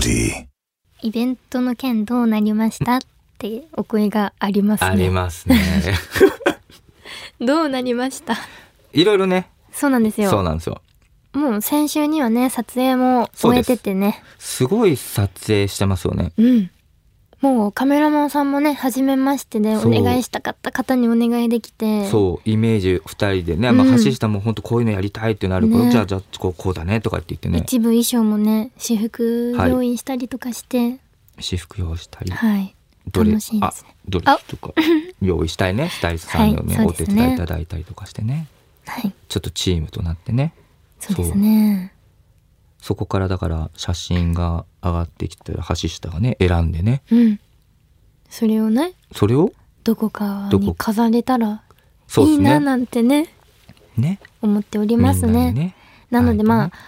Melody。 イベントの件どうなりましたってお声がありますね。 ありますねどうなりました？ いろいろね。 そうなんですよ。 そうなんですよ。 もう先週にはね撮影も終えててね。 すごい撮影してますよね。 うん。もうカメラマンさんもね初めましてでお願いしたかった方にお願いできて、 そうイメージ2人でね、橋下も本当こういうのやりたいってなるから、 ね、 じゃあこうだねとかって言ってね、 一部衣装もね私服用意したりとかして、 私服用意したり、 はい楽しいですね。 ドレスとか用意したいねスタイリストさんのね、お手伝いいただいたりとかしてね、 はい、 ちょっとチームとなってね。 そうですね。 そこからだから写真が上がってきたら橋下がね選んでね、 それをねどこかに飾れたらいいななんてね思っておりますね。なので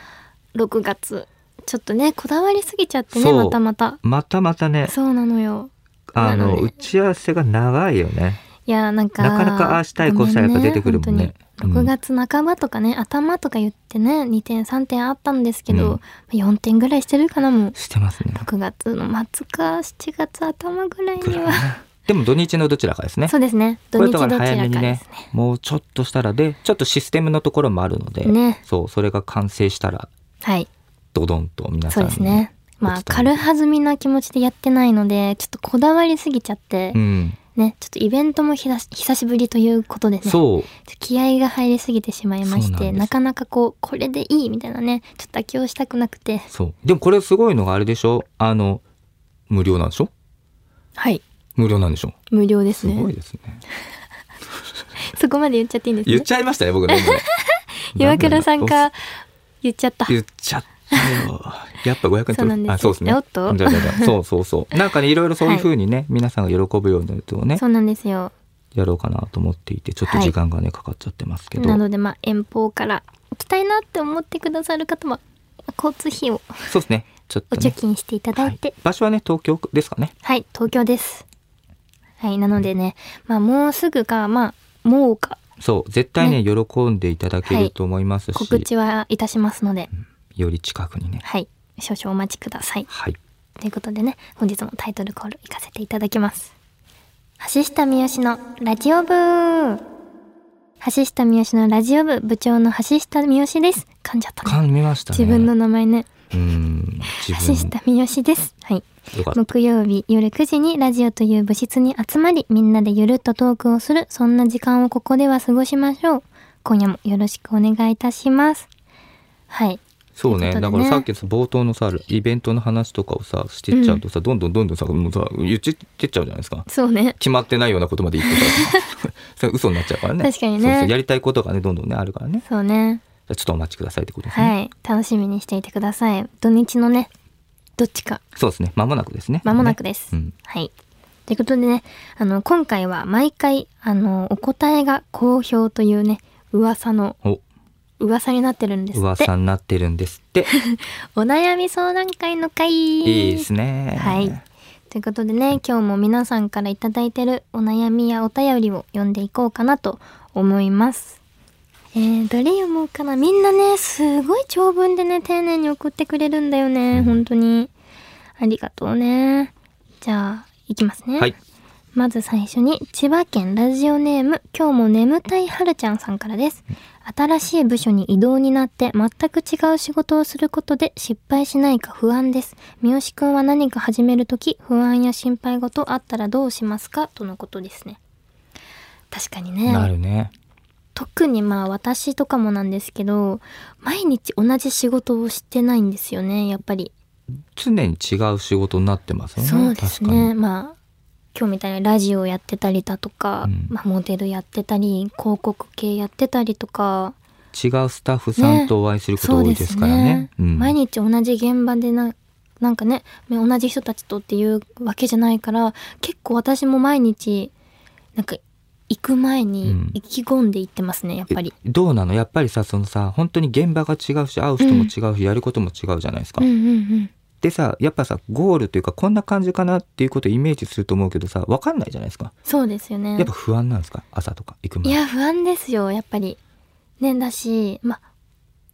6月ちょっとねこだわりすぎちゃってね、またね。そうなのよ。 打ち合わせが長いよね。 いやなかなかああしたいこうしたいやっぱ出てくるもんね。 6月半ばとかね、頭とか言ってね2点3点あったんですけど、4点ぐらいしてるかな。もうしてますね。 6月の末か7月頭ぐらいにはでも土日のどちらかですね。そうですね、土日どちらかですね。早めにねもうちょっとしたらでちょっとシステムのところもあるので、ね、それが完成したらドドンと皆さんに、 そうですね。軽はずみな気持ちでやってないのでちょっとこだわりすぎちゃって、ね、ちょっとイベントも久しぶりということでね、気合が入りすぎてしまいまして、なかなかこれでいいみたいなねちょっと妥協したくなくて。 でもこれすごいのがあれでしょ、無料なんでしょ。はい、無料なんでしょ。 無料ですね。 すごいですねそこまで言っちゃっていいんですね。 言っちゃいましたね僕ね岩倉さんか言っちゃったやっぱ500円取る。そうですね。 おっとそうなんかねいろいろそういう風にね、皆さんが喜ぶようなやつをね、 そうなんですよ、やろうかなと思っていて、ちょっと時間がねかかっちゃってますけど、 なので遠方から行きたいなって思ってくださる方は交通費をそうですねちょっとお貯金していただいて、 場所はね東京ですかね。 はい東京です。はいなのでねもうすぐかもうかそう絶対ね喜んでいただけると思いますし、 告知はいたしますので、 より近くにね少々お待ちください。ということでね本日もタイトルコール行かせていただきます。橋下三好のラジオ部。橋下三好のラジオ部部長の橋下三好です。噛んじゃったね。 噛みましたね。 自分の名前ね。 橋下三好です。木曜日夜9時にラジオという部室に集まり、みんなでゆるっとトークをする、そんな時間をここでは過ごしましょう。今夜もよろしくお願いいたします。 そうね、だからさっき冒頭のさイベントの話とかをさしてっちゃうとさ、どんどんさもうさ言っちゃっちゃうじゃないですか。そうね、決まってないようなことまで言ってたそれ嘘になっちゃうからね。確かにね。やりたいことがねどんどんねあるからね。そうね、ちょっとお待ちくださいってことですね。 楽しみにしていてください。土日のねどっちか。 そうですね、間もなくですね。 間もなくです、ということでね今回は毎回お答えが好評というね噂になってるんですって。 噂になってるんですってお悩み相談会の会。 いいですね。 ということでね今日も皆さんからいただいてるお悩みやお便りを読んでいこうかなと思います。どれ読もうかな。みんなねすごい長文でね丁寧に送ってくれるんだよね、本当にありがとうね。じゃあいきますね。まず最初に千葉県ラジオネーム今日も眠たいはるちゃんさんからです。新しい部署に異動になって全く違う仕事をすることで失敗しないか不安です。三好くんは何か始めるとき不安や心配事あったらどうしますかとのことですね。確かにね。 なるね。 特に私とかもなんですけど毎日同じ仕事をしてないんですよね。やっぱり常に違う仕事になってますよね。 そうですね。今日みたいにラジオやってたりだとか、モデルやってたり広告系やってたりとか違うスタッフさんとお会いすること多いですからね。 毎日同じ現場でなんかね同じ人たちとっていうわけじゃないから結構私も毎日行く前に意気込んで行ってますね。やっぱりどうなのやっぱりさ本当に現場が違うし会う人も違うし、やることも違うじゃないですか。でさやっぱさゴールというかこんな感じかなっていうことをイメージすると思うけどさ分かんないじゃないですか。 そうですよね。 やっぱ不安なんですか朝とか行く前。 いや不安ですよやっぱりね。だし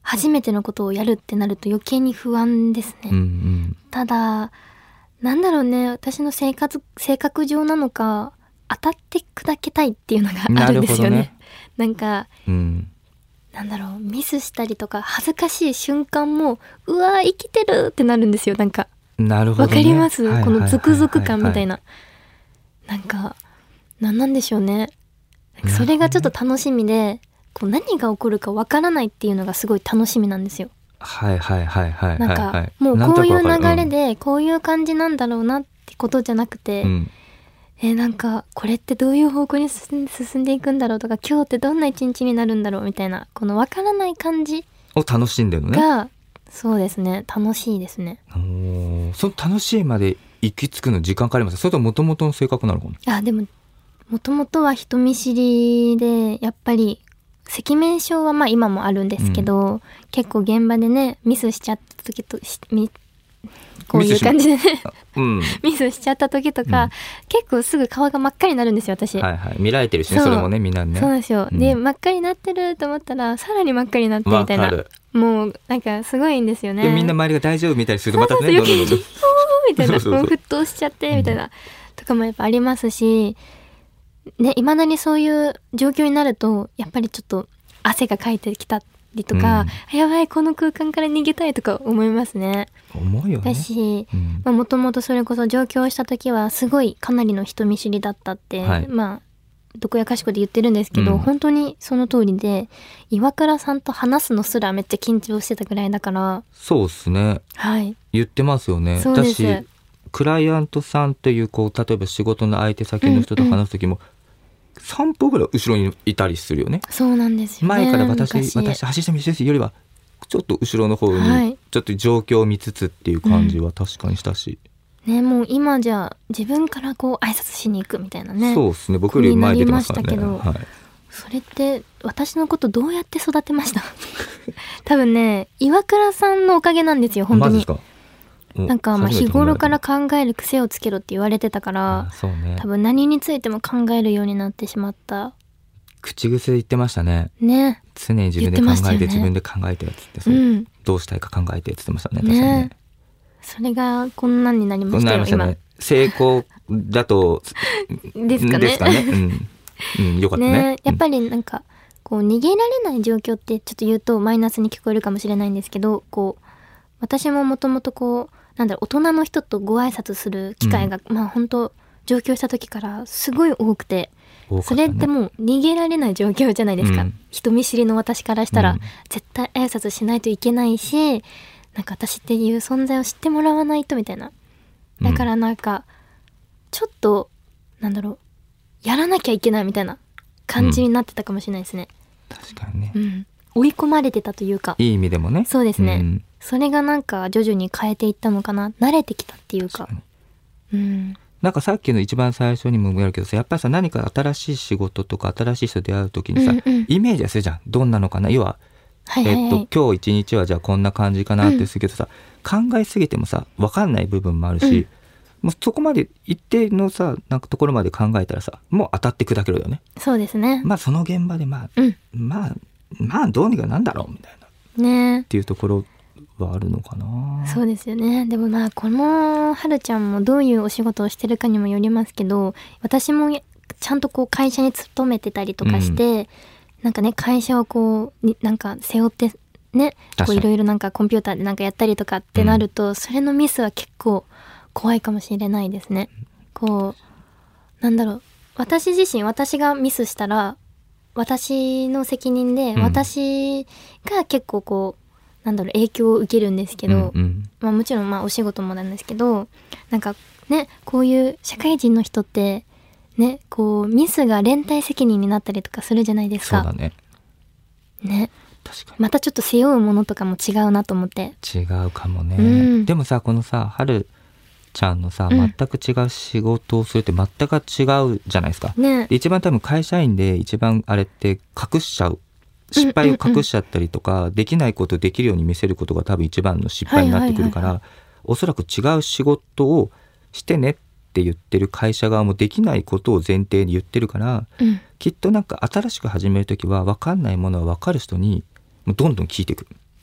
初めてのことをやるってなると余計に不安ですね、ただなんだろうね、私の性格上なのか当たって砕けたいっていうのがあるんですよね。なんか、なんだろう、ミスしたりとか恥ずかしい瞬間もうわー生きてるってなるんですよ。なんかなるほど、ね、 わかります、このゾクゾク感みたいな、なんかなんでしょうね。それがちょっと楽しみで、こう何が起こるかわからないっていうのがすごい楽しみなんですよ。なんかもうこういう流れでこういう感じなんだろうなってことじゃなくて、なんかこれってどういう方向に進んでいくんだろうとか、今日ってどんな一日になるんだろうみたいな、このわからない感じを楽しんでるのね。 がそうですね、楽しいですね。 その楽しいまで行き着くの時間かかります？それともともとの性格なのかな？ でももともとは人見知りで、やっぱり赤面症はまあ今もあるんですけど、結構現場でねミスしちゃった時とこういう感じでねミスしちゃった時とか、結構すぐ顔が真っ赤になるんですよ私。 見られてるしね、それもね、みんなね。 そうなんですよ、で真っ赤になってると思ったらさらに真っ赤になってみたいな、もうなんかすごいんですよね。 でみんな周りが大丈夫みたいにするとまたね、 余計にみたいな、もう沸騰しちゃってみたいな、とかもやっぱありますしね、未だにそういう状況になるとやっぱりちょっと汗がかいてきたりとか、やばいこの空間から逃げたいとか思いますね。 思うよね。 だし、もともとそれこそ上京した時はすごいかなりの人見知りだったって、まあどこやかしこで言ってるんですけど、本当にその通りで、岩倉さんと話すのすらめっちゃ緊張してたぐらいだから。 そうですね、言ってますよね。 そうです。 だしクライアントさんという例えば仕事の相手先の人と話す時も、3歩ぐらい後ろにいたりするよね。 そうなんですよね。 前から私走ってみてよりはちょっと後ろの方にちょっと状況を見つつっていう感じは確かにしたし、 ね、もう今じゃ自分からこう挨拶しに行くみたいなね。 そうですね、僕より前出てますからね。 それって私のことどうやって育てました？多分ね、岩倉さんのおかげなんですよ本当に。なんかまあ日頃から考える癖をつけろって言われてたから、多分何についても考えるようになってしまった。 口癖で言ってましたね。常に自分で考えて、自分で考えてっつって、どうしたいか考えてっつってましたね。確かにね。 それがこんなんになりましたよ今。 成功だとですかね。 よかったね。 やっぱりなんかこう逃げられない状況ってちょっと言うとマイナスに聞こえるかもしれないんですけど、こう私ももともとこう大人の人とご挨拶する機会が、まあ本当上京した時からすごい多くて、それってもう逃げられない状況じゃないですか。人見知りの私からしたら、絶対挨拶しないといけないし、なんか私っていう存在を知ってもらわないとみたいな。だからなんかちょっとやらなきゃいけないみたいな感じになってたかもしれないですね。 確かにね。 追い込まれてたというか。 いい意味でもね。 そうですね。それがなんか徐々に変えていったのかな、慣れてきたっていうか。 なんかさっきの一番最初にもやるけどさ、やっぱりさ、何か新しい仕事とか新しい人と出会う時にさ、イメージはするじゃん。どんなのかな、要は、今日一日はじゃあこんな感じかなってするけどさ、考えすぎてもさ分かんない部分もあるし、もうそこまで一定のさなんかところまで考えたらさ、もう当たって砕けるよね。 そうですね。 まあその現場でまあどうにかなんだろうみたいなねっていうところはあるのかな。 そうですよね。でもまあこのはるちゃんもどういうお仕事をしてるかにもよりますけど、私もちゃんとこう会社に勤めてたりとかして、なんかね会社をこうなんか背負ってね、こういろいろなんかコンピューターでなんかやったりとかってなると、それのミスは結構怖いかもしれないですね。こう私自身、私がミスしたら私の責任で、私が結構こう影響を受けるんですけど、まあもちろんまあお仕事もなんですけど、なんかねこういう社会人の人ってね、こうミスが連帯責任になったりとかするじゃないですか。 そうだね。 ね。 確かに。 またちょっと背負うものとかも違うなと思って。 違うかもね。でもさ、このさはるちゃんのさ、全く違う仕事をするって全く違うじゃないですか。ね。一番多分会社員で一番あれって隠しちゃう。失敗を隠しちゃったりとか、できないことをできるように見せることが多分一番の失敗になってくるから、おそらく違う仕事をしてねって言ってる会社側もできないことを前提に言ってるから、きっとなんか新しく始めるときは分かんないものは分かる人にどんどん聞いていく。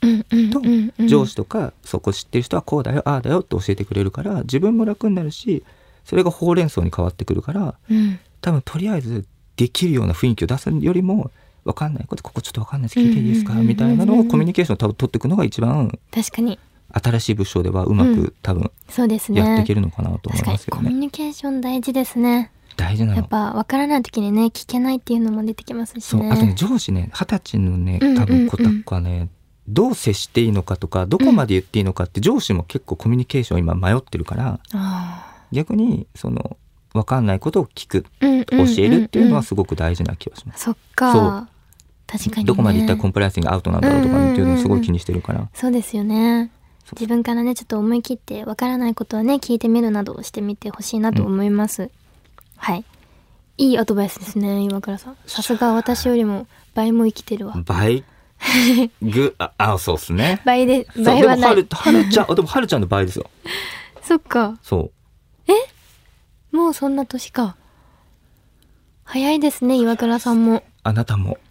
と上司とかそこ知ってる人はこうだよああだよって教えてくれるから自分も楽になるしそれがほうれん草に変わってくるから、多分とりあえずできるような雰囲気を出すよりも分かんないことここちょっと分かんないです聞いていいですかみたいなのをコミュニケーションを多分取っていくのが一番確かに新しい部署ではうまく多分やっていけるのかなと思いますよね。 確かにコミュニケーション大事ですね。 大事なの。 やっぱ分からない時にね聞けないっていうのも出てきますしね。 そうあとね上司ね20歳のね多分子とかね、どう接していいのかとかどこまで言っていいのかって上司も結構コミュニケーション今迷ってるから、逆にその分かんないことを聞く、教えるっていうのはすごく大事な気がします。 そっかそう確かに、ね、 どこまで言ったらコンプライアンスがアウトなんだろうとかっていうのをすごい気にしてるから、 そうですよね。自分からねちょっと思い切って分からないことはね聞いてみるなどしてみてほしいなと思います、はいいいアドバイスですね岩倉さん。さすが私よりも倍も生きてるわ。 倍そうっすね。 倍で倍はない。 でもはるちゃんの倍ですよ。 そっか。 そうもうそんな年か。早いですね岩倉さんも。 あなたも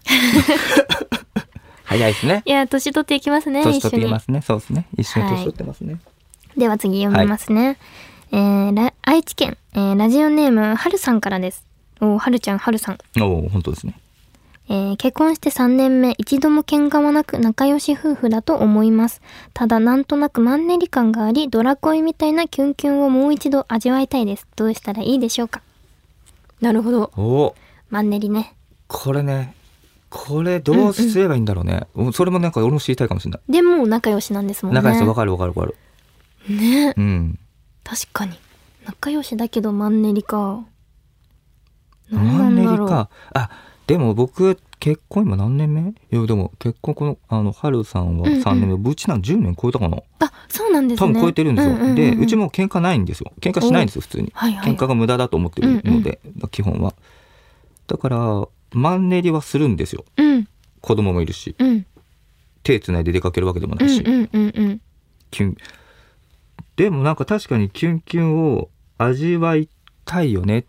早いですね。 いや年取っていきますね。 年取っていきますね。そうですね一緒に年取ってますね、 では次読みますね、愛知県、ラジオネームはるさんからです。はるちゃんはるさん。 本当ですね。 結婚して3年目一度も喧嘩はなく仲良し夫婦だと思います。ただなんとなくマンネリ感がありドラ恋みたいなキュンキュンをもう一度味わいたいです。どうしたらいいでしょうか。なるほど。マンネリね。 これどうすればいいんだろうね、それもなんか俺も知りたいかもしれない。 でも仲良しなんですもんね。 仲良しわかるね、確かに仲良しだけどマンネリか。 マンネリか。でも僕結婚今何年目？いやでも結婚この春さんは3年目、うちなん10年超えたかな。 そうなんですね。 多分超えてるんですよ、でうちも喧嘩ないんですよ。喧嘩しないんですよ普通に、喧嘩が無駄だと思ってるので、基本はだからマンネリはするんですよ、子供もいるし、手つないで出かけるわけでもないし、キュンでもなんか確かにキュンキュンを味わいたいよねって、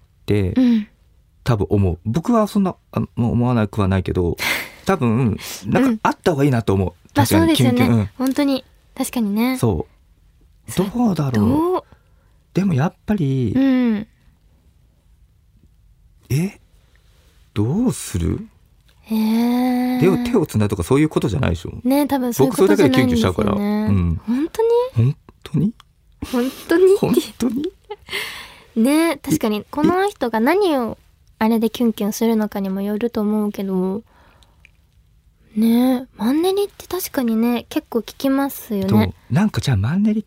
多分思う。僕はそんな思わなくはないけど多分なんかあった方がいいなと思う、確かにキュンキュン、 そうですよね、本当に確かにね。 そうどうだろう。でもやっぱり、どうする？手をつないとかそういうことじゃないでしょ。 ね、多分そういうことじゃないんですよね。僕それだけでキュンキュンしちゃうから。本当にね、確かにこの人が何をあれでキュンキュンするのかにもよると思うけどね、マンネリって確かにね結構聞きますよね。 なんかじゃあマンネリって、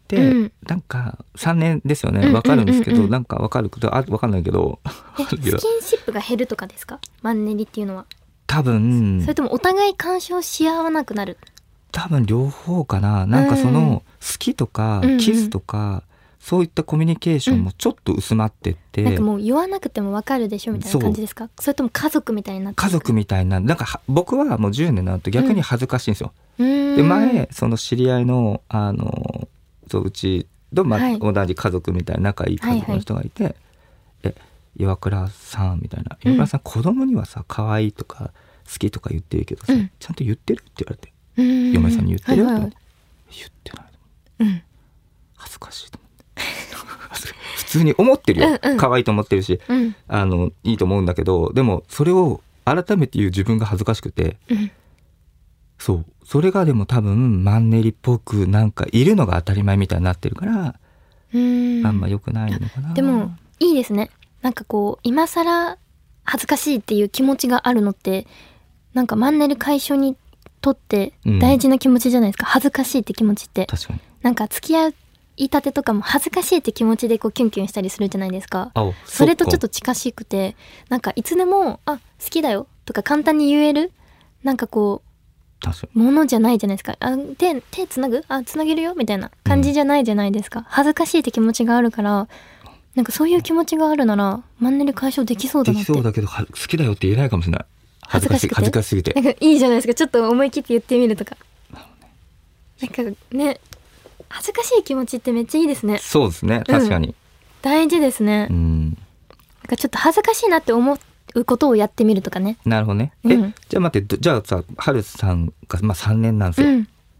なんか3年ですよね。わかるんですけど、なんかわかることわかんないけどスキンシップが減るとかですか、マンネリっていうのは。 多分それともお互い干渉し合わなくなる。 多分両方かな。なんかその好きとかキスとか、そういったコミュニケーションもちょっと薄まってって、 なんかもう言わなくても分かるでしょみたいな感じですか。それとも家族みたいになって家族みたいな、なんか僕はもう10年になると逆に恥ずかしいんですよ、で前その知り合いのうちと、同じ家族みたいな仲いい家族の人がいて、岩倉さんみたいな、岩倉さん子供にはさ可愛いとか好きとか言ってるけどさ、ちゃんと言ってるって言われて、嫁さんに言ってるって言ってない、恥ずかしいと思って普通に思ってるよ、可愛いと思ってるし、いいと思うんだけど、でもそれを改めて言う自分が恥ずかしくて、それがでも多分マンネリっぽくなんかいるのが当たり前みたいになってるから、あんま良くないのかな。 でもいいですね。なんかこう今更恥ずかしいっていう気持ちがあるのってなんかマンネリ解消にとって大事な気持ちじゃないですか、恥ずかしいって気持ちって。 確かになんか付き合いたてとかも恥ずかしいって気持ちでこうキュンキュンしたりするじゃないですか。それとちょっと近しくて、なんかいつでも好きだよとか簡単に言えるなんかこうものじゃないじゃないですか。手つなぐつなげるよみたいな感じじゃないじゃないですか、恥ずかしいって気持ちがあるから、なんかそういう気持ちがあるならマンネリ解消できそうだなって。 できそうだけど好きだよって言えないかもしれない。恥ずかしすぎて。 なんかいいじゃないですか、ちょっと思い切って言ってみるとか。なんかね、恥ずかしい気持ちってめっちゃいいですね。 そうですね、確かに、 大事ですね。なんかちょっと恥ずかしいなって思うことをやってみるとかね。 なるほどね。じゃあ待って、じゃあさ、はるさんが3年なんですよ、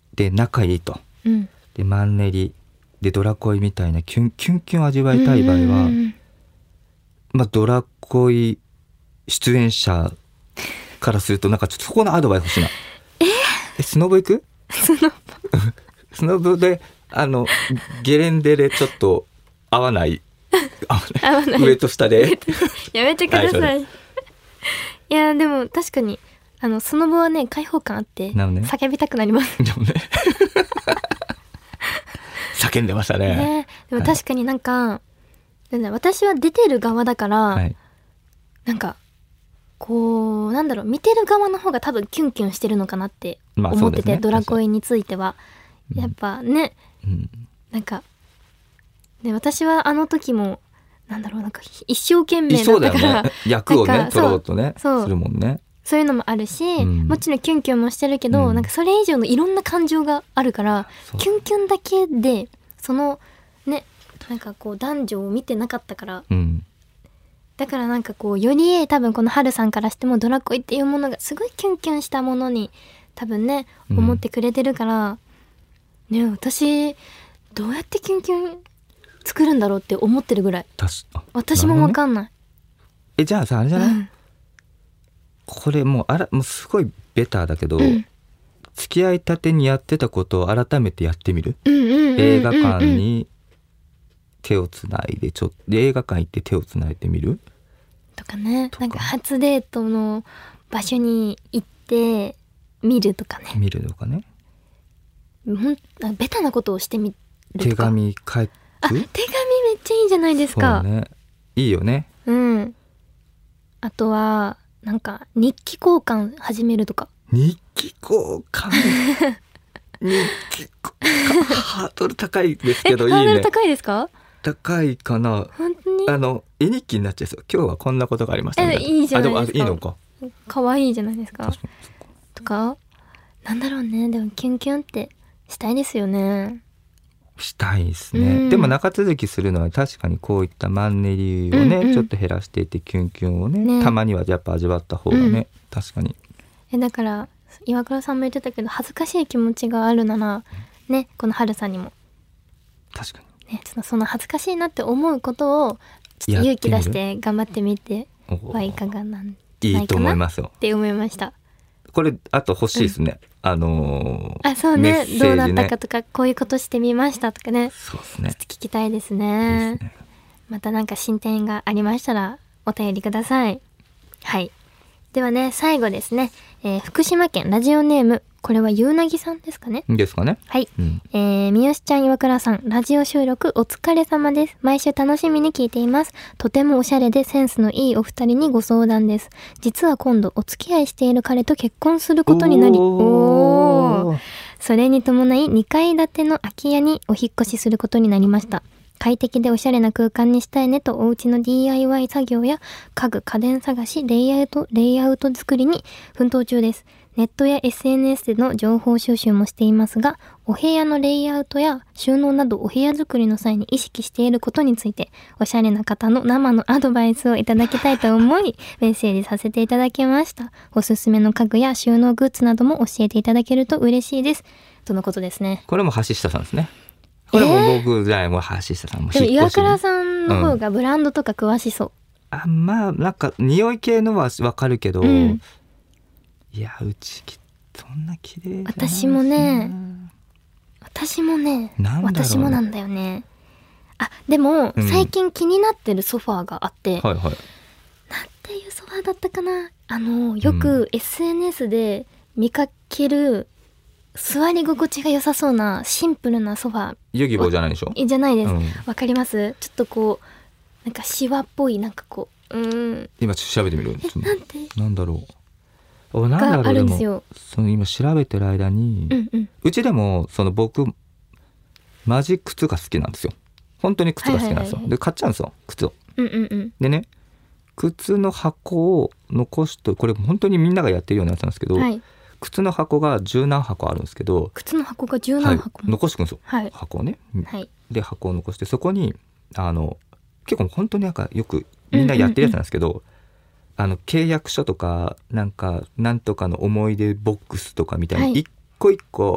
で仲いいと、でマンネリでドラ恋みたいなキュンキュン味わいたい場合は、まあ、ドラ恋出演者からするとなんかちょっとそこのアドバイス欲しいな。スノボ行く？スノボでゲレンデでちょっと合わない上と下でやめてください。いやでも確かにスノボはね開放感あって叫びたくなります。 でもね叫んでましたね。 でも確かになんか、私は出てる側だから、はい、なんかこうなんだろう、見てる側の方が多分キュンキュンしてるのかなって思ってて、ドラ恋についてはやっぱね、なんかで私はあの時もなんだろう、なんか一生懸命だったから、ね、 役をね取ろうとねするもんね。 そういうのもあるし、もちろんキュンキュンもしてるけど、なんかそれ以上のいろんな感情があるから、キュンキュンだけでそのねなんかこう男女を見てなかったから、だからなんかこうより多分この春さんからしてもドラ恋っていうものがすごいキュンキュンしたものに多分ね思ってくれてるから、ね、私どうやってキュンキュン作るんだろうって思ってるぐらい。私も分かんない、 ね、じゃあさあれじゃない、これもうすごいベターだけど、付き合いたてにやってたことを改めてやってみる。映画館に手をつないでちょっと映画館行って手をつないでみるとかね。なんか初デートの場所に行って見るとかね。ベタなことをしてみるとか。 手紙書く。 手紙めっちゃいいじゃないですか。 そうね、いいよね。 あとはなんか日記交換始めるとか。 日記交換ハードル高いですけどいいね。 ハードル高いですか？ 高いかな。 本当に絵日記になっちゃいそう。今日はこんなことがありましたみたいな。 いいじゃないですか。 いいのか。 可愛いじゃないですか。とかなんだろうね。でもキュンキュンってしたいですよね。 したいですね、でも長続きするのは確かにこういったマンネリをね、ちょっと減らしていってキュンキュンを ねたまにはやっぱ味わった方がね、確かに。 だから岩倉さんも言ってたけど恥ずかしい気持ちがあるならね、この春さんにも確かに、 ね、ちょっとその恥ずかしいなって思うことをちょっと勇気出して頑張ってみてはいかがなんじゃないかなって思いました。 これあと欲しいですね、 そうね、どうなったかとかこういうことしてみましたとかね。 そうですね、 聞きたいですね。またなんか進展がありましたらお便りください。はい、ではね最後ですね、福島県ラジオネーム、これはゆうなぎさんですかね。はい、三好ちゃん、岩倉さん、ラジオ収録お疲れ様です。毎週楽しみに聞いています。とてもおしゃれでセンスのいいお二人にご相談です。実は今度お付き合いしている彼と結婚することになり、それに伴い2階建ての空き家にお引っ越しすることになりました。快適でおしゃれな空間にしたいねとお家の DIY 作業や家具家電探し、レイアウト作りに奮闘中です。ネットや SNS での情報収集もしていますが、お部屋のレイアウトや収納などお部屋作りの際に意識していることについて、おしゃれな方の生のアドバイスをいただきたいと思いメッセージさせていただきました。おすすめの家具や収納グッズなども教えていただけると嬉しいですとのことですね。 これも橋下さんですね。これも僕じゃない、もう橋下さんもでも岩倉さんの方がブランドとか詳しそう、 まあなんか匂い系のはわかるけど、いやうちそんな綺麗じゃない。 私もね私もなんだよね。でも、最近気になってるソファーがあって、なんていうソファーだったかな。よく SNS で見かける座り心地が良さそうなシンプルなソファー。 ヨギボーじゃないでしょ。 じゃないです。わかります。ちょっとこうなんかシワっぽい、なんかこう今調べてみる。なんだろう。 があるんですよ。 その今調べてる間に、うちでも僕マジ靴が好きなんですよ。本当に靴が好きなんですよ。で買っちゃうんですよ靴を。でね、靴の箱を残して、これ本当にみんながやってるようなやつなんですけど、靴の箱が十何箱あるんですけど、 靴の箱が十何箱、 残してくんですよ、箱をね、で箱を残して、そこに結構本当になんかよくみんなやってるやつなんですけど、契約書とかなんとかの思い出ボックスとかみたいに一個一個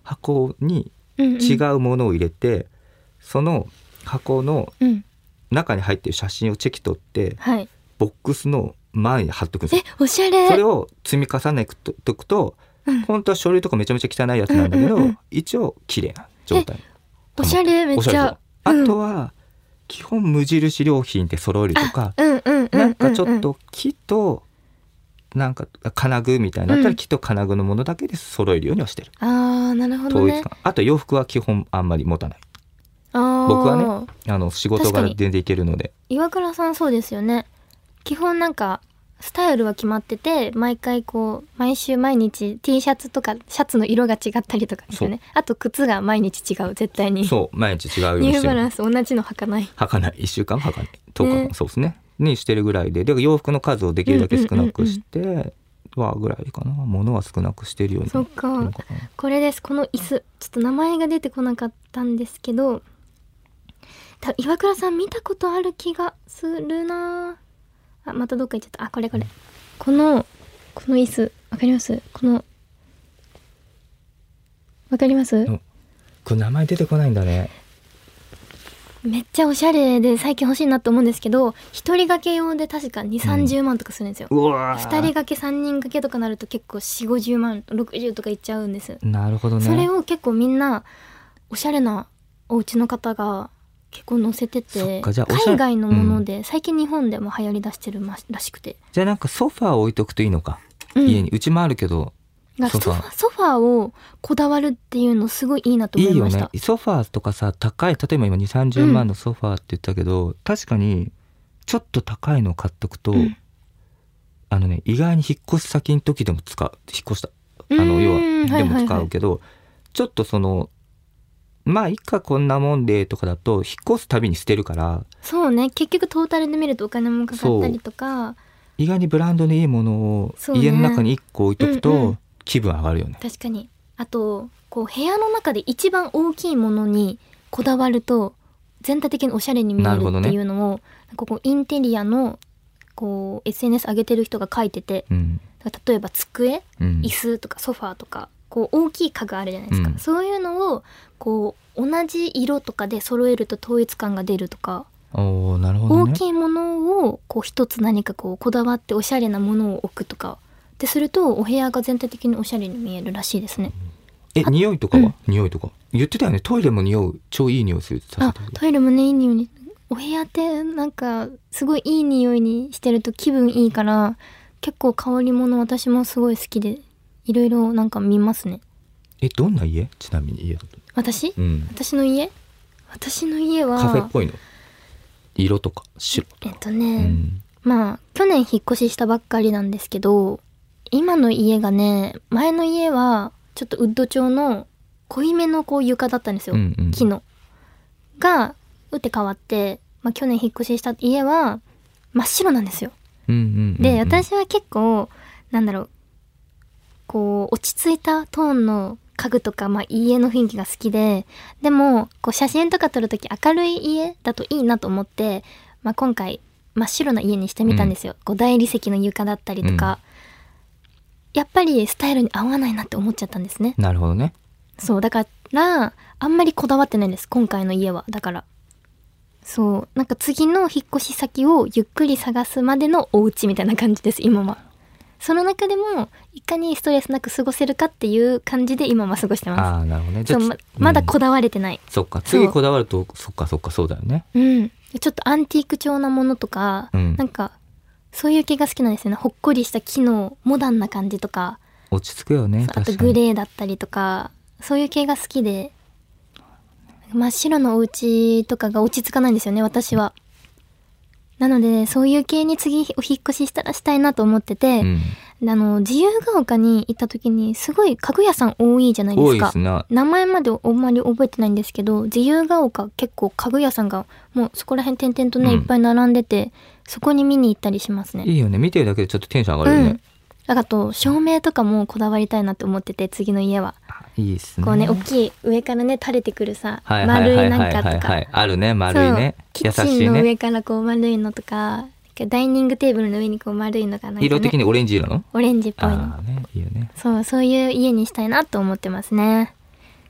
箱に違うものを入れて、その箱の中に入ってる写真をチェキ取って、ボックスの前に貼っとくんですよ。 おしゃれ。 それを積み重ねておくと、本当は書類とかめちゃめちゃ汚いやつなんだけど、一応綺麗な状態。 おしゃれ、めっちゃ。 あとは基本無印良品で揃えるとか、なんかちょっと木となんか金具みたいなだったら木と金具のものだけで揃えるようにはしてる。 なるほどね。 あと洋服は基本あんまり持たない。僕はね、仕事柄全然いけるので。 岩倉さんそうですよね。基本なんかスタイルは決まってて、毎回こう毎週毎日 T シャツとかシャツの色が違ったりとかですよね。あと靴が毎日違う、絶対に。 そう毎日違うようにしてる。 ニューバランス同じの履かない 1週間も履かない10日、そうですねにしてるぐらいで、洋服の数をできるだけ少なくしてはぐらいかな。物は少なくしてるように。 そっか。これです。この椅子、ちょっと名前が出てこなかったんですけど、岩倉さん見たことある気がするな。またどっか行っちゃった。これこの椅子わかります？わかります？ これ名前出てこないんだね。 めっちゃおしゃれで最近欲しいなと思うんですけど、一人掛け用で確か 2,30 万とかするんですよ。2人掛け3人掛けとかなると結構 4,50 万60とかいっちゃうんです。 なるほどね。 それを結構みんなおしゃれなお家の方が結構載せてて、海外のもので、最近日本でも流行りだしてるらしくて。 じゃあなんかソファーを置いとくといいのか、家に。うちもあるけどソファーをこだわるっていうのすごいいいなと思いました。 いいよね。ソファーとかさ、高い、例えば今 2,30 万のソファーって言ったけど、確かにちょっと高いのを買っとくと、意外に引っ越し先の時でも使う。引っ越した要はでも使うけど、ちょっとまあいっかこんなもんでとかだと引っ越すたびに捨てるから。 そうね、結局トータルで見るとお金もかかったりとか。 意外にブランドのいいものを家の中に1個置いとくと気分上がるよね。 確かに。あとこう部屋の中で一番大きいものにこだわると全体的におしゃれに見えるっていうのを、ここインテリアのこう SNS 上げてる人が書いてて、例えば机、椅子とかソファーとかこう大きい家具あるじゃないですか、そういうのをこう同じ色とかで揃えると統一感が出るとか。 なるほどね。 大きいものをこう一つ何かこだわっておしゃれなものを置くとかですると、お部屋が全体的におしゃれに見えるらしいですね。 匂いとかは？匂いとか言ってたよね。トイレも匂う、超いい匂いするって。 トイレもね、いい匂いに。お部屋ってなんかすごいいい匂いにしてると気分いいから、結構香り物私もすごい好きで、いろいろなんか見ますね。どんな家？ちなみに家だと。私の家はカフェっぽいの？色とか白とか。 まあ去年引っ越ししたばっかりなんですけど、今の家がね、前の家はちょっとウッド調の濃いめのこう床だったんですよ、木のが打って変わって、去年引っ越しした家は真っ白なんですよ。で、私は結構こう落ち着いたトーンの家具とか、家の雰囲気が好きで、でもこう写真とか撮るとき明るい家だといいなと思って、今回真っ白な家にしてみたんですよ。こう大理石の床だったりとか、やっぱりスタイルに合わないなって思っちゃったんですね。 なるほどね。 そうだからあんまりこだわってないんです、今回の家は。だからなんか次の引っ越し先をゆっくり探すまでのお家みたいな感じです、今は。その中でもいかにストレスなく過ごせるかっていう感じで今は過ごしてます。 なるほどね。 まだこだわれてない。 そっか、次こだわるとそっかそうだよね。 ちょっとアンティーク調なものとか、なんかそういう系が好きなんですよね。ほっこりした木のモダンな感じとか。 落ち着くよね。 あとグレーだったりとか、そういう系が好きで、真っ白のお家とかが落ち着かないんですよね、私は。なのでそういう系に次お引っ越ししたらしたいなと思ってて、自由が丘に行った時にすごい家具屋さん多いじゃないですか。 多いですね。 名前まであんまり覚えてないんですけど、自由が丘結構家具屋さんがもうそこら辺点々とね、いっぱい並んでて、そこに見に行ったりしますね。 いいよね、見てるだけでちょっとテンション上がるよね。 あと照明とかもこだわりたいなって思ってて、次の家は。 いいですね。 こうね、大きい上からね垂れてくるさ、丸いなんかとかあるね、丸いね。 キッチンの上からこう丸いのとか、ダイニングテーブルの上にこう丸いのがなんか、ね、 色的にオレンジ色の？ オレンジっぽいの。 いいよね。 そういう家にしたいなと思ってますね。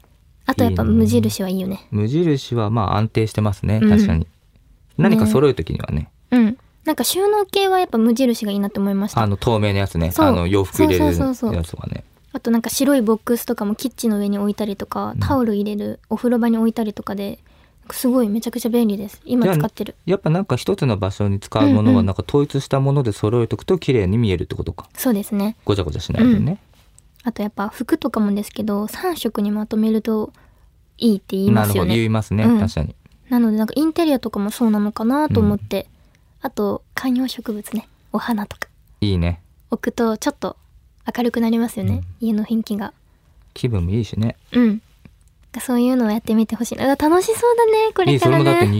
あとやっぱ無印はいいよね。 無印はまあ安定してますね、確かに。何か揃えるときにはね。 うん。なんか収納系はやっぱ無印がいいなって思いました。 透明なやつね。洋服入れるやつとかね。 あとなんか白いボックスとかもキッチンの上に置いたりとか、タオル入れるお風呂場に置いたりとかで、すごいめちゃくちゃ便利です。今使ってる。 やっぱなんか一つの場所に使うものはなんか統一したもので揃えておくと綺麗に見えるってことか。 そうですね。 ごちゃごちゃしないでね。 あとやっぱ服とかもですけど、3色にまとめるといいって言いますよね。 なるほど、言いますね、確かに。 なのでなんかインテリアとかもそうなのかなと思って、あと観葉植物ね、お花とかいいね、 置くとちょっと明るくなりますよね、家の雰囲気が。 気分もいいしね。 そういうのをやってみてほしいな。楽しそうだね、これからね。 それもだって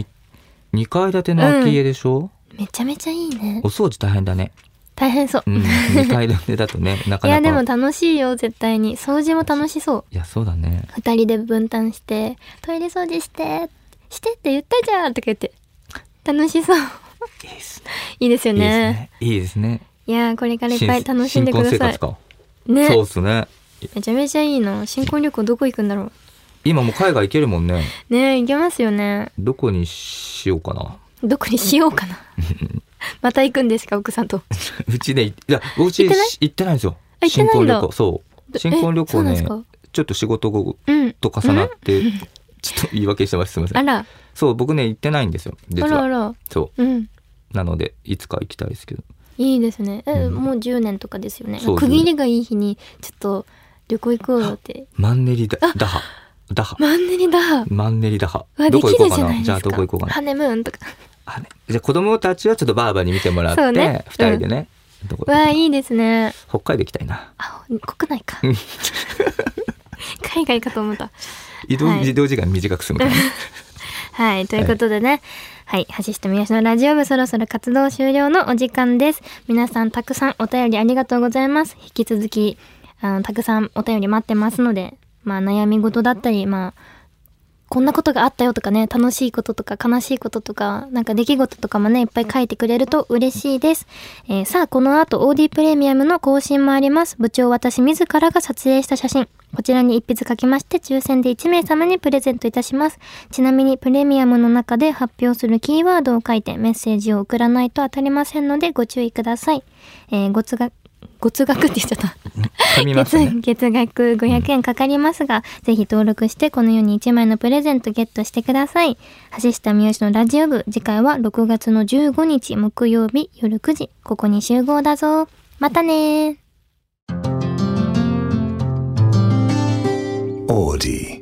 2階建ての空き家でしょ、 めちゃめちゃいいね。 お掃除大変だね。 大変そう、 2階建てだとね、なかなか。 いやでも楽しいよ、絶対に。掃除も楽しそう。 いやそうだね。 2人で分担して、トイレ掃除してって言ったじゃんとか言って楽しそう。 いいですね。 いいですよね。 いいですね。 いやこれからいっぱい楽しんでください。 新婚生活か。 ね。 そうっすね。 めちゃめちゃいいな。新婚旅行どこ行くんだろう。 今もう海外行けるもんね。 ね、行けますよね。 どこにしようかな。 どこにしようかな。また行くんですか、奥さんと。 うちで、いや、うち行ってないんですよ。新婚旅行。そう。新婚旅行ね、ちょっと仕事と重なって、ちょっと言い訳してます。すみません。 あら。 そう、僕ね、行ってないんですよ。実は。 あら。 そう。なので、いつか行きたいですけど。 いいですね。もう10年とかですよね。区切りがいい日に、ちょっと旅行行こうよって。 マンネリダハ。 マンネリダハ。 どこ行こうかな。じゃあどこ行こうかな。 ハネムーンとか。 じゃあ子供たちはちょっとバーバに見てもらって、2人でね。 わあ、いいですね。 北海道行きたいな。 国内か。海外かと思った。 移動時間短く済むからね。 はい、ということでね。はい、橋下三好のラジオ部、そろそろ活動終了のお時間です。皆さんたくさんお便りありがとうございます。引き続きたくさんお便り待ってますので、悩み事だったり、こんなことがあったよとかね、楽しいこととか悲しいこととか、なんか出来事とかもね、いっぱい書いてくれると嬉しいです。さあ、この後 OD プレミアムの更新もあります。部長私自らが撮影した写真、こちらに一筆書きまして、抽選で1名様にプレゼントいたします。ちなみにプレミアムの中で発表するキーワードを書いてメッセージを送らないと当たりませんのでご注意ください。月額って言っちゃった。月額500円かかりますが、ぜひ登録してこのように1枚のプレゼントゲットしてください。橋下三好のラジオ部、次回は6月の15日木曜日夜9時、ここに集合だぞ。またねー。オーディ